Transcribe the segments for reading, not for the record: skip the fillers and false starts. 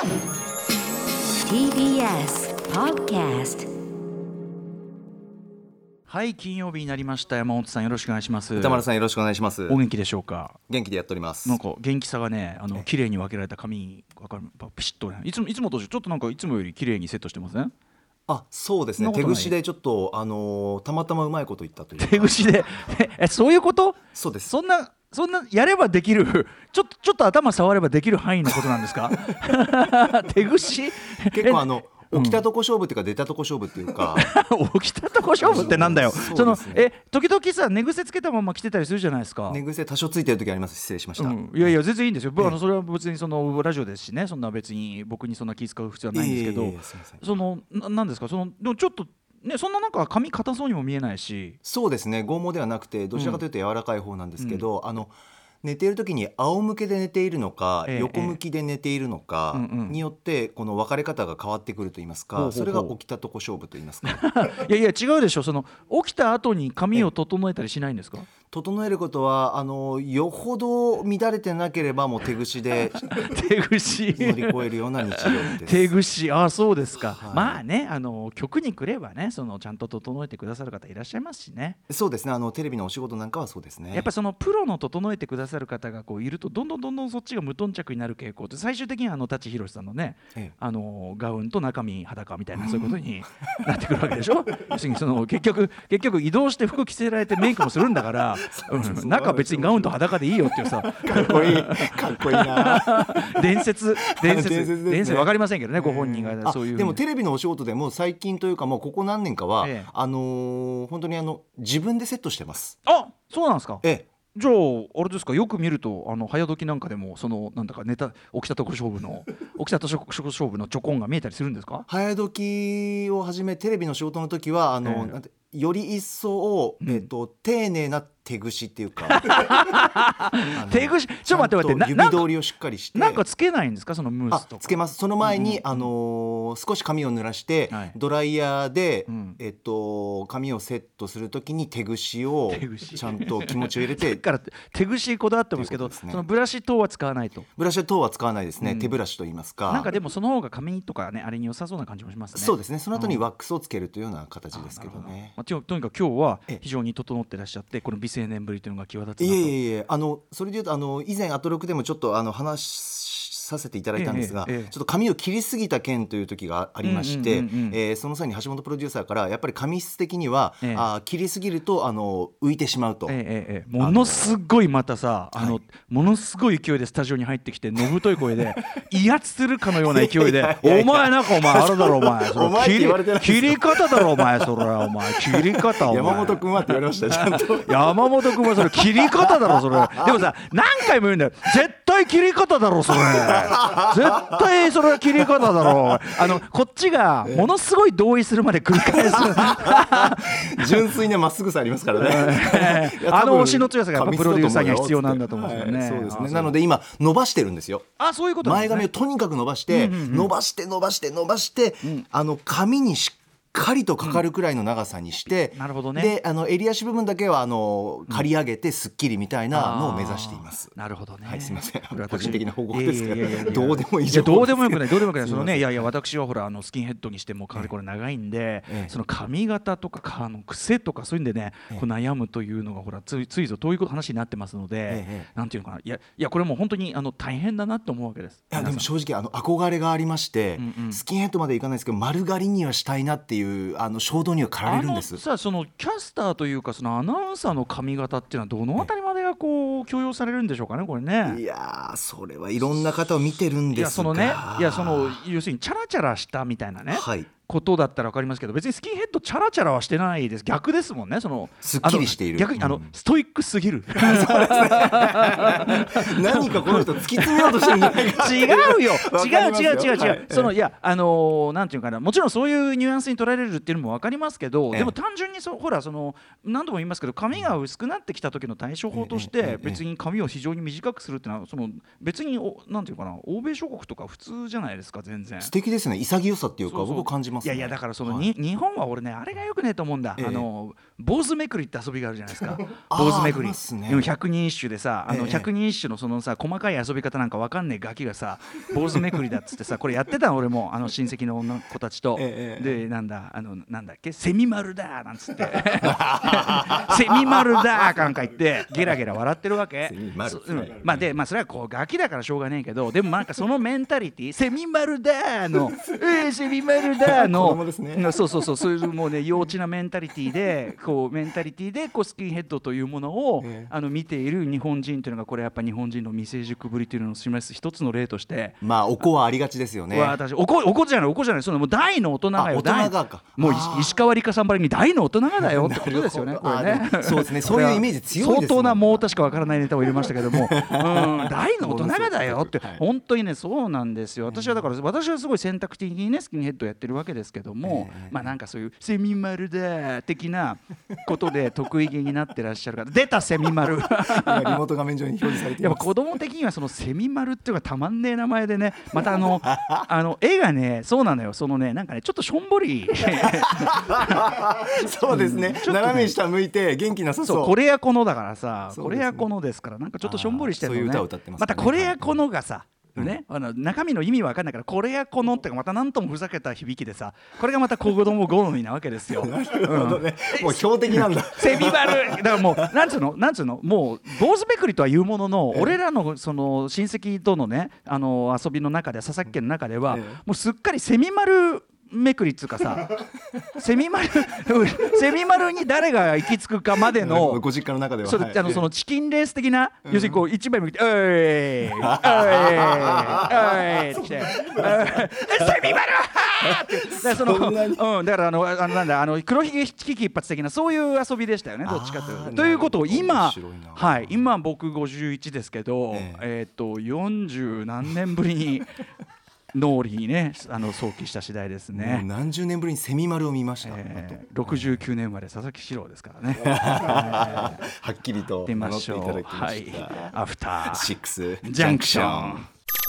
TBS Podcast。 はい、金曜日になりました。山本さんよろしくお願いします。 歌丸さんよろしくお願いします。 お元気でしょうか。 元気でやっております。 なんか元気さがね、綺麗に分けられた髪わかる、ピシッとね、いつもとちょっとなんかいつもより綺麗にセットしてますね。 あ、そうですね。手ぐしでちょっとたまたまうまいこと言ったというか。 手ぐしでそういうこと？ そうです。 そんなやればできるちょっと頭触ればできる範囲のことなんですか？手ぐし結構起きたとこ勝負っていうか出たとこ勝負っていうか起きたとこ勝負ってなんだよ。 そうですね。 時々さ寝癖つけたまま着てたりするじゃないですか。 寝癖多少ついてる時あります。失礼しました。 いやいや全然いいんですよ。それは別にラジオですしね、そんな別に僕にそんな気遣う必要はないんですけど、なんですか、でもちょっとね、そんななんか髪硬そうにも見えないし。 そうですね。剛毛ではなくてどちらかというと柔らかい方なんですけど、寝ている時に仰向けで寝ているのか、横向きで寝ているのかによってこの分かれ方が変わってくると言いますか、それが起きたとこ勝負と言いますか。 いやいや違うでしょ。起きた後に髪を整えたりしないんですか？ 整えることはよほど乱れてなければもう手ぐしで手ぐし乗り越えるような日常です。 手ぐし、そうですか。 はい、 まあね、局に来ればね、ちゃんと整えてくださる方いらっしゃいますしね。 そうですね。テレビのお仕事なんかはそうですね。 やっぱプロの整えてくださる方がいるとどんどんそっちが無頓着になる傾向って、最終的には舘ひろしさんのね、ガウンと中身裸みたいなそういうことになってくるわけでしょ。要するに結局移動して服着せられてメイクもするんだから中は別にガウンと裸でいいよっていうさ、 かっこいいな。 伝説わかりませんけどね、ご本人がそういう。 でもテレビのお仕事でも最近というかもうここ何年かは、本当に自分でセットしてます。 あ、そうなんですか。じゃああれですか、よく見ると早時なんかでもなんだか起きたとこ勝負のちょこんが見えたりするんですか？ 早時をはじめテレビの仕事の時はより一層、丁寧な手ぐしっていうか手ぐし、ちょっと待って、 指通りをしっかりしてなんかつけないんですか、そのムースとか。 つけます。その前に、少し髪を濡らして、ドライヤーで、髪をセットするときに手ぐしをちゃんと気持ちを入れてだから手ぐしこだわってますけど、そのブラシ等は使わないと。 ブラシ等は使わないですね。手ブラシと言いますか。 なんかでもその方が髪とかね、あれに良さそうな感じもしますね。 そうですね。その後にワックスをつけるというような形ですけどね。 とにかく今日は非常に整ってらっしゃって、この美青年ぶりというのが際立つなと。 いえそれでいうと以前アトロクでもちょっと話させていただいたんですが、ちょっと髪を切りすぎた件という時がありまして、その際に橋本プロデューサーからやっぱり髪質的には、切りすぎると浮いてしまうと、 ものすごいまたさ、ものすごい勢いでスタジオに入ってきてのぶとい声で威圧するかのような勢いでお前なんかあれだろお前お前って言われてない切り方だろお前それお前切り方お前山本君はって言われましたちゃんと山本君はそれ切り方だろそれでもさ何回も言うんだよ、絶対切り方だろそれ絶対それは切り方だろこっちがものすごい同意するまで繰り返す純粋なまっすぐさありますからね推しの強さがやっぱプロデューサーには必要なんだと思うんですよね。 そうですね。なので今伸ばしてるんですよ。 そういうことなんですね。 前髪をとにかく伸ばして、伸ばして髪にしっかりとかかるくらいの長さにして、 なるほどね。 で襟足部分だけは刈り上げてすっきりみたいなのを目指しています。 なるほどね。 はい、すみません。個人的な報告ですからどうでもいい情報です。 どうでもよくないどうでもよくない。そのね、いや私はほらスキンヘッドにしてもかなりこれ長いんで、その髪型とか癖とかそういうんでね、悩むというのがほらついぞという話になってますので、なんていうのかな、いやこれもう本当に大変だなと思うわけです。 いやでも正直憧れがありまして、スキンヘッドまでいかないですけど丸刈りにはしたいなっていう衝動には駆られるんです。 さ、そのキャスターというかそのアナウンサーの髪型っていうのはどのあたりまでがこう許容されるんでしょうかね、これね。 いやそれはいろんな方を見てるんですが、 要するにチャラチャラしたみたいなね、ことだったら分かりますけど、別にスキンヘッドチャラチャラはしてないです。逆ですもんね。 すっきりしている。 逆にストイックすぎるそうですね何かこの人突き詰めようとしてるんじゃないか違うよ違う、いやなんていうかな、もちろんそういうニュアンスに捉えられるっていうのも分かりますけど、でも単純にほら何度も言いますけど、髪が薄くなってきた時の対処法として別に髪を非常に短くするっていうのは別になんていうかな、欧米諸国とか普通じゃないですか。全然素敵ですね。潔さっていうか僕感じます。 ますね。 いやだからその、日本は俺ねあれがよくねえと思うんだ、坊主めくりって遊びがあるじゃないですか坊主めくり、百人一首でさ百人一首のそのさ細かい遊び方なんかわかんねえガキがさ坊主めくりだっつってさこれやってたの俺も親戚の女の子たちと、でなんだっけセミマルだなんつってセミマルだなんか言ってゲラゲラ笑ってるわけ。まあそれはこうガキだからしょうがねえけど、でもなんかそのメンタリティセミマルだのセミマルだのそういうもうね幼稚なメンタリティでスキンヘッドというものを見ている日本人というのがこれやっぱ日本人の未成熟ぶりというのを示す一つの例として、 まあおこはありがちですよね。 私おこじゃないそのもう大の大人がよ。大人がかもう石川理香さんばりに大の大人がだよってことですよねこれね。 そうですねそういうイメージ強いですね。 相当なもうしかわからないネタを入れましたけども大の大人がだよって本当にねそうなんですよ。私はすごい選択的にねスキンヘッドやってるわけですけども、まあなんかそういうセミマルだ的なことで得意げになってらっしゃる方出たセミマル今リモート画面上に表示されています。 やっぱ子供的にはそのセミマルっていうのがたまんねえ名前でね、また絵がねそうなのよ、そのねなんかねちょっとしょんぼりそうですね、斜め下向いて元気なさそう。 そうこれやこのだからさ、これやこのですからなんかちょっとしょんぼりしてるのね。 そういう歌を歌ってますね。 またこれやこのがさね、中身の意味わかんないからこれやこのってまた何ともふざけた響きでさ、これがまた子供好みなわけですよ。なるほどね、 もう標的なんだセミバルだからもうなんつうのもう坊主めくりとは言うものの、俺らのその親戚とのね遊びの中で佐々木家の中では、もうすっかりセミ丸めくりっつうかさセミ丸に誰が行き着くかまでのご実家の中ではそのチキンレース的な、要するにこう一枚向いておいってきてセミ丸ってだから黒ひげ危機一髪的なそういう遊びでしたよね、どっちかというと。ということを今僕51ですけど、40何年ぶりに脳裏にね想起した次第ですね。 もう何十年ぶりにセミ丸を見ました。 69年生まれ佐々木史郎ですからねはっきりと名乗っていただきました。 アフターシックスジャンクション。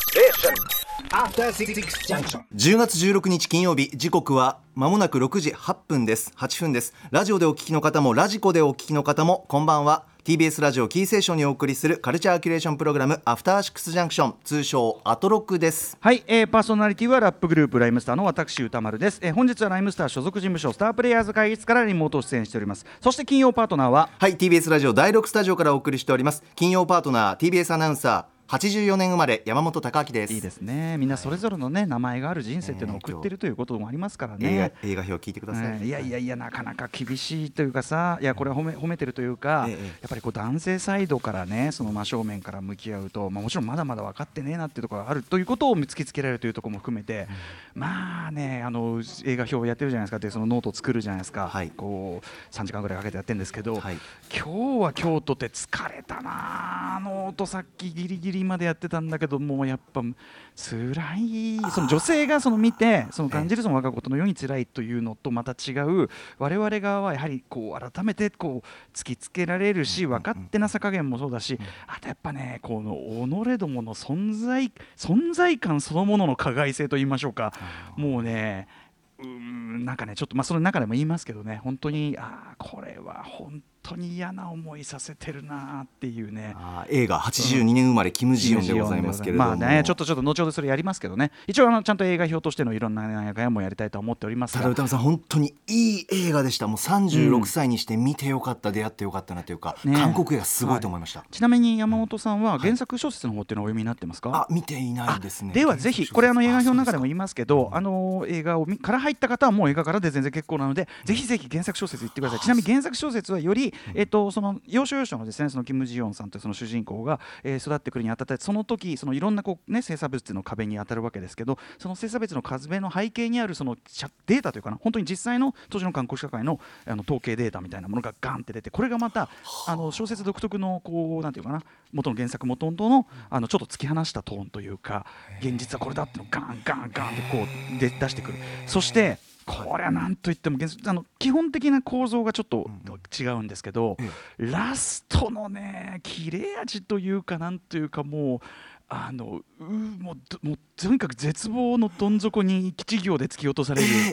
10月16日金曜日、時刻は間もなく6時8分です。ラジオでお聞きの方もラジコでお聞きの方もこんばんは。 TBS ラジオキーセーションにお送りするカルチャーキュレーションプログラムアフターシックスジャンクション、通称アトロクです。 はい、パーソナリティはラップグループライムスターの私歌丸です。本日はライムスター所属事務所スタープレイヤーズ会議室からリモート出演しております。そして金曜パートナーは TBS ラジオ第6スタジオからお送りしております。金曜パートナー TBS アナウンサー84年生まれ山本貴明です。 いいですね、みんなそれぞれのね名前がある人生っていうのを送ってるということもありますからね。 映画表聞いてください。 いやなかなか厳しいというかさ、いやこれは褒めてるというか、やっぱりこう男性サイドからねその真正面から向き合うと、もちろんまだまだ分かってねえなっていうところがあるということを突きつけられるというところも含めて、まあね映画表をやってるじゃないですか。でそのノートを作るじゃないですか、こう3時間ぐらいかけてやってるんですけど、今日は今日とて疲れたな。ノートさっきギリギリまでやってたんだけど、もうやっぱ辛い。その女性がその見てその感じるその我がことのように辛いというのとまた違う、我々側はやはりこう改めてこう突きつけられるし、分かってなさ加減もそうだし、あとやっぱねこの己どもの存在感そのものの加害性と言いましょうか、もうねなんかねちょっとその中でも言いますけどね、本当にこれは本当に嫌な思いさせてるなっていうね。 映画82年生まれキム・ジヨンでございますけれども、 ちょっと後ほどそれやりますけどね、一応ちゃんと映画表としてのいろんな映画もやりたいと思っておりますが、 ただ歌丸さん本当にいい映画でした。もう36歳にして見てよかった、出会ってよかったなというか、韓国映画すごいと思いました。 ちなみに山本さんは原作小説の方っていうのをお読みになってますか？ 見ていないですね。 ではぜひこれ映画表の中でも言いますけど、映画から入った方はもう映画からで全然結構なので、ぜひ原作小説言ってください。ちなみに原作小説はよりその要所要所のですね、そのキム・ジヨンさんというその主人公が育ってくるにあたって、その時そのいろんな性差別の壁に当たるわけですけど、その性差別の壁の背景にあるそのデータというかな、本当に実際の当時の韓国社会の統計データみたいなものがガンって出て、これがまた小説独特のこうなんていうかな、元の原作元々のちょっと突き放したトーンというか、現実はこれだってのをガンってこう出してくる。そしてこれは何といっても基本的な構造がちょっと違うんですけど、ラストのね切れ味というかなんというか、もうもうとにかく絶望のどん底に一行で突き落とされる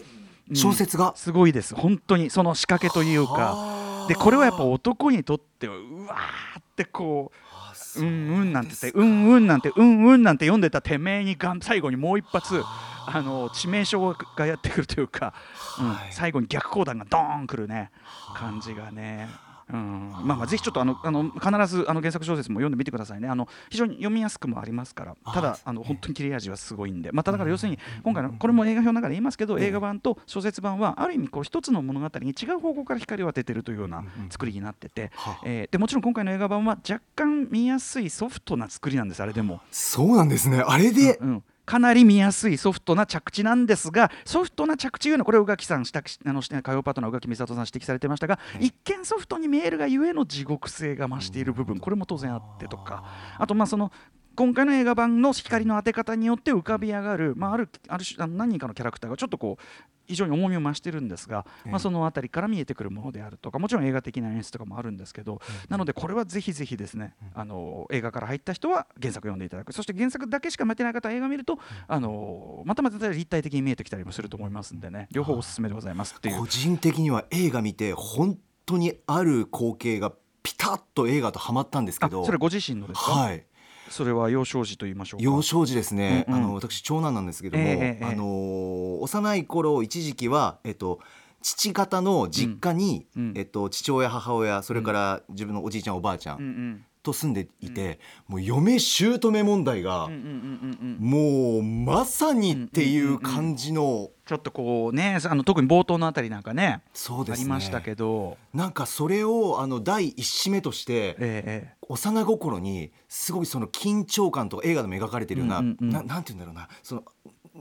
小説がすごいです本当にその仕掛けというかでこれはやっぱ男にとってはうわーってこううんなんて言ってうんなんて読んでたてめえに最後にもう一発致命傷がやってくるというか、最後に逆光弾がドーンくるね感じがね。ぜひちょっと必ず原作小説も読んでみてくださいね。非常に読みやすくもありますから。ただ本当に切れ味はすごいんで、だから要するに今回のこれも映画表の中で言いますけど、映画版と小説版はある意味こう一つの物語に違う方向から光を当ててるというような作りになってて、でもちろん今回の映画版は若干見やすいソフトな作りなんです。あれでもそうなんですね。あれで、 かなり見やすいソフトな着地なんですが、ソフトな着地というのはこれを宇垣さん火曜パートナー宇垣美里さん指摘されてましたが、一見ソフトに見えるがゆえの地獄性が増している部分、これも当然あってとか、あとその今回の映画版の光の当て方によって浮かび上がる、ある種何人かのキャラクターがちょっとこう非常に重みを増してるんですが、そのあたりから見えてくるものであるとか、もちろん映画的な演出とかもあるんですけど、なのでこれはぜひぜひですね、映画から入った人は原作読んでいただく、そして原作だけしか見てない方は映画見るとまた立体的に見えてきたりもすると思いますんでね、両方おすすめでございますっていう。 個人的には映画見て本当にある光景がピタッと映画とハマったんですけど。 それご自身のですか？ はい、 それは幼少時と言いましょうか。 幼少時ですね、私長男なんですけども、幼い頃一時期は、父方の実家に、父親母親それから自分のおじいちゃんおばあちゃんと住んでいて、もう嫁姑問題がもうまさにっていう感じの、 ちょっとこうね特に冒頭のあたりなんかね、 そうですね、 ありましたけど、 なんかそれを第一子目として、幼心にすごいその緊張感とか映画でも描かれてるような、なんて言うんだろうな、その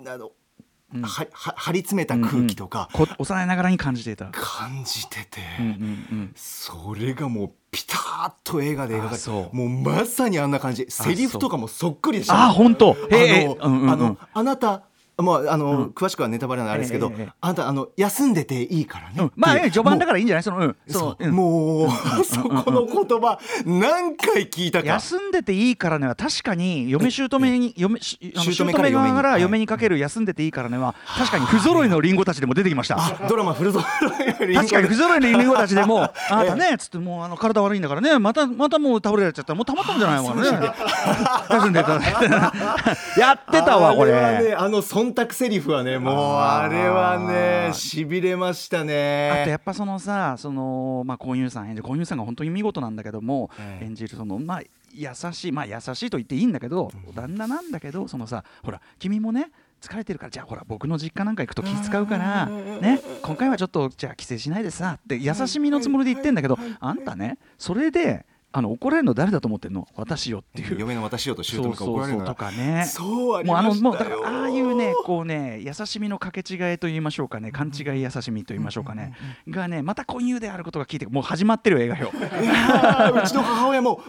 張り詰めた空気とか、 幼いながらに感じてて、それがもうピタッと映画で描かれて、もうまさにあんな感じ、セリフとかもそっくりでした。 本当。 あなた詳しくはネタバレなんであれですけど、あなた休んでていいからね、 序盤だからいいんじゃない？ もうそこの言葉何回聞いたか。 休んでていいからねは確かに姑側から嫁にかける休んでていいからねは確かに不揃いのリンゴたちでも出てきました。 ドラマ不揃いのリンゴ、 確かに不揃いのリンゴたちでもあなたねつって、もう体悪いんだからね、またもう倒れられちゃったらもうたまったんじゃないもんね休んでたやってたわこれ。 あれはね、忖度セリフはね、もうあれはねしびれましたね。 あとやっぱそのさ、コンユーさんが本当に見事なんだけども、演じるその優しいと言っていいんだけど、旦那なんだけど、そのさ、ほら君もね疲れてるから、じゃあほら僕の実家なんか行くと気使うからね、今回はちょっとじゃあ帰省しないでさって優しみのつもりで言ってんだけど、あんたねそれで怒られるの誰だと思ってんの？私よっていう、 嫁の私よと姑が怒られるのとかね、 そうありましたよ。 もうだからああいうねこうね優しみの掛け違いと言いましょうかね、勘違い優しみと言いましょうかね、がねまた婚友であることが聞いて、もう始まってる映画ようちの母親も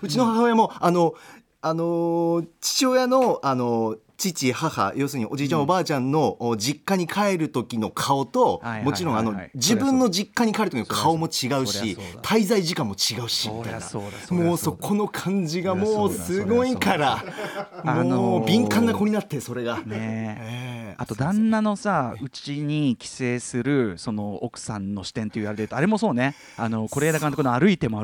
父親の父母、要するにおじいちゃんおばあちゃんの実家に帰る時の顔と、もちろん自分の実家に帰る時の顔も違うし、滞在時間も違うしみたいな、もうそこの感じがもうすごいから、もう敏感な子になって、それがあと旦那のさ、うちに帰省するその奥さんの視点っていうあれで、あれもそうね、是枝監督の歩いても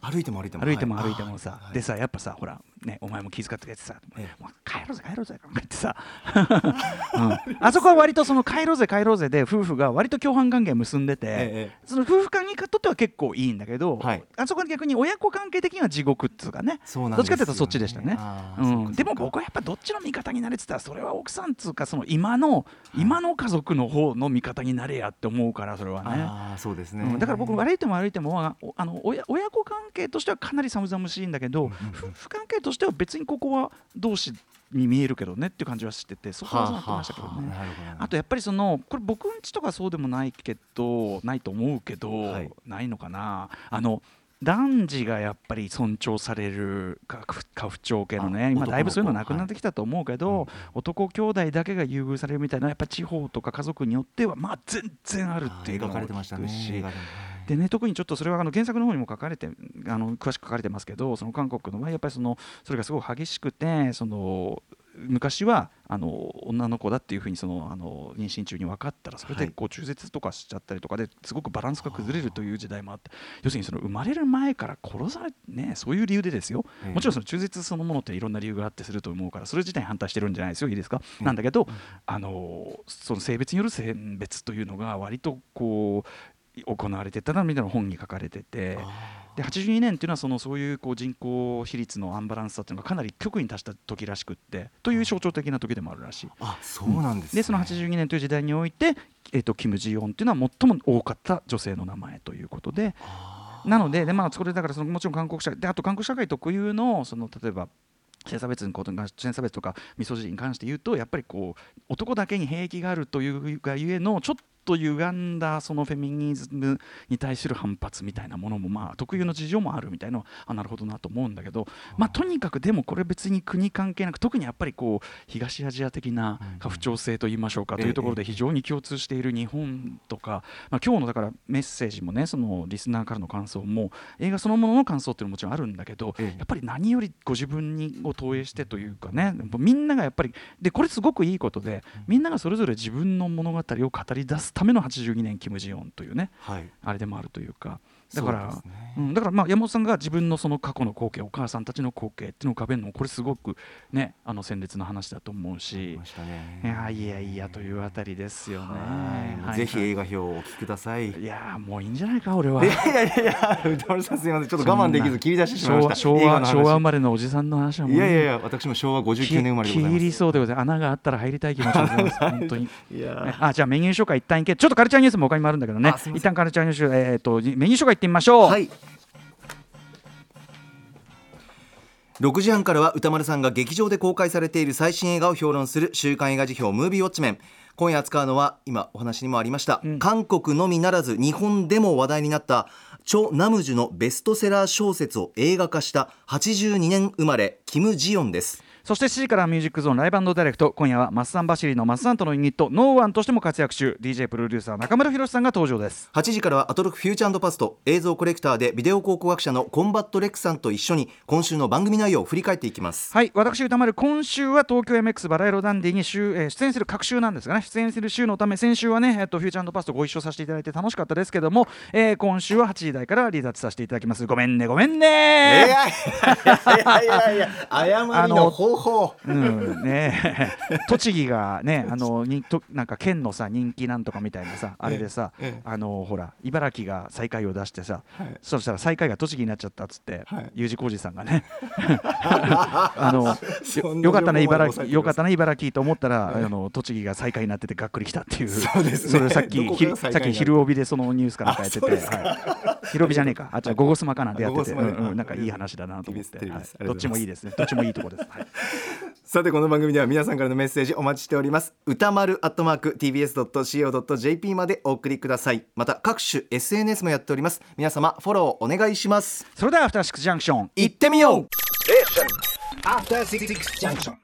さ、でさ、やっぱさ、ほらね、お前も気遣ってくれてさ、もう帰ろうぜとか言ってさあそこは割とその帰ろうぜで夫婦が割と共犯関係結んでて、その夫婦関係にとっては結構いいんだけど、あそこは逆に親子関係的には地獄っていうかね、どっちかっていうとそっちでしたね。でも僕はやっぱどっちの味方になれって言ったら、それは奥さんっつうかその今の家族の方の味方になれやって思うから、それはね。 そうですね。 だから僕歩いても親子関係としてはかなり寒々しいんだけど、夫婦関係としては別にここは同士に見えるけどねっていう感じはしてて、そこはそうなってましたけどね。あとやっぱりこれ僕んちとかそうでもないと思うけど、ないのかな、男児がやっぱり尊重される家父長家のね、今だいぶそういうのなくなってきたと思うけど、男兄弟だけが優遇されるみたいな、やっぱ地方とか家族によっては全然あるっていうのが聞くし、でね、特にちょっとそれは原作の方にも詳しく書かれてますけど、その韓国の場合やっぱりそれがすごい激しくて、 昔は女の子だっていうふうに妊娠中に分かったらそれでこう中絶とかしちゃったりとかですごくバランスが崩れるという時代もあって、要するに生まれる前から殺されね、そういう理由でですよ、もちろん中絶そのものっていろんな理由があってすると思うからそれ自体に反対してるんじゃないですよ、いいですか、なんだけどその性別による選別というのが割とこう行われてたなみたいな本に書かれてて、で82年っていうのはそういう人口比率のアンバランスさっていうのがかなり極に達した時らしくってという象徴的な時でもあるらしい。 そうなんですね。 でその82年という時代において、キム・ジヨンっていうのは最も多かった女性の名前ということで、なので、それだからもちろん韓国社会で、あと韓国社会特有の例えば性差別とかミソジニに関して言うと、やっぱり男だけに兵役があるというがゆえのちょっと歪んだそのフェミニズムに対する反発みたいなものも特有の事情もあるみたいな、なるほどなと思うんだけど、とにかくでもこれ別に国関係なく、特にやっぱり東アジア的な家父長制といいましょうかというところで非常に共通している日本とか、今日のだからメッセージもね、リスナーからの感想も映画そのものの感想っていうのももちろんあるんだけど、やっぱり何よりご自分を投影してというかね、みんながやっぱりでこれすごくいいことで、みんながそれぞれ自分の物語を語り出すための82年キム・ジヨンというね、あれでもあるというか、だから、だから山本さんが自分のその過去の光景、お母さんたちの光景っていうのを浮かべるのもこれすごくね、鮮烈な話だと思うし、いやというあたりですよね。 ぜひ映画表をお聞きください。 いやもういいんじゃないか俺は。 いや歌丸さんすみません、ちょっと我慢できず切り出してしまいました。 昭和生まれのおじさんの話はもう、 いや私も昭和59年生まれでございます。 切りそうでございます。穴があったら入りたい気持ちでございます本当に。じゃあメニュー紹介一旦いけ、ちょっとカルチャーニュースも他にもあるんだけどね、一旦カルチャーニュース、メニュー紹介いってみましょう。 6時半からは歌丸さんが劇場で公開されている最新映画を評論する週刊映画辞表ムービーウォッチメン。今夜扱うのは今お話にもありました、韓国のみならず日本でも話題になったチョ・ナムジュのベストセラー小説を映画化した82年生まれキム・ジヨンです。 そして7時からミュージックゾーンライブ&ダイレクト、今夜はマッサンバシリのマッサンとのユニットノーワンとしても活躍中 DJ プロデューサー中村宏さんが登場です。 8時からはアトロクフューチャー&パスト、映像コレクターでビデオ考古学者のコンバットレックさんと一緒に今週の番組内容を振り返っていきます。 はい、私歌丸、今週は東京 MX バラ色ダンディに出演する各週なんですがね、出演する週のため先週はね、フューチャー&パストご一緒させていただいて楽しかったですけども、今週は8時台から離脱させていただきます。ごめんね謝りの方法、 栃木がねなんか県のさ人気なんとかみたいなさあれでさ、ほら茨城が最下位を出してさ、そしたら最下位が栃木になっちゃったっつって、U字工事さんがねよかったね茨城と思ったら栃木が最下位になっててがっくりきたっていう、それさっき昼帯でそのニュースから書いてて、昼帯じゃねえか、ゴゴスマかなんてやってて、なんかいい話だなと思って、どっちもいいですね、どっちもいいとこです。 さてこの番組では皆さんからのメッセージお待ちしております。歌丸@tbs.co.jp までお送りください。また各種 SNS もやっております。皆様フォローお願いします。 それではアフターシックスジャンクション行ってみよう。 After 66 junction.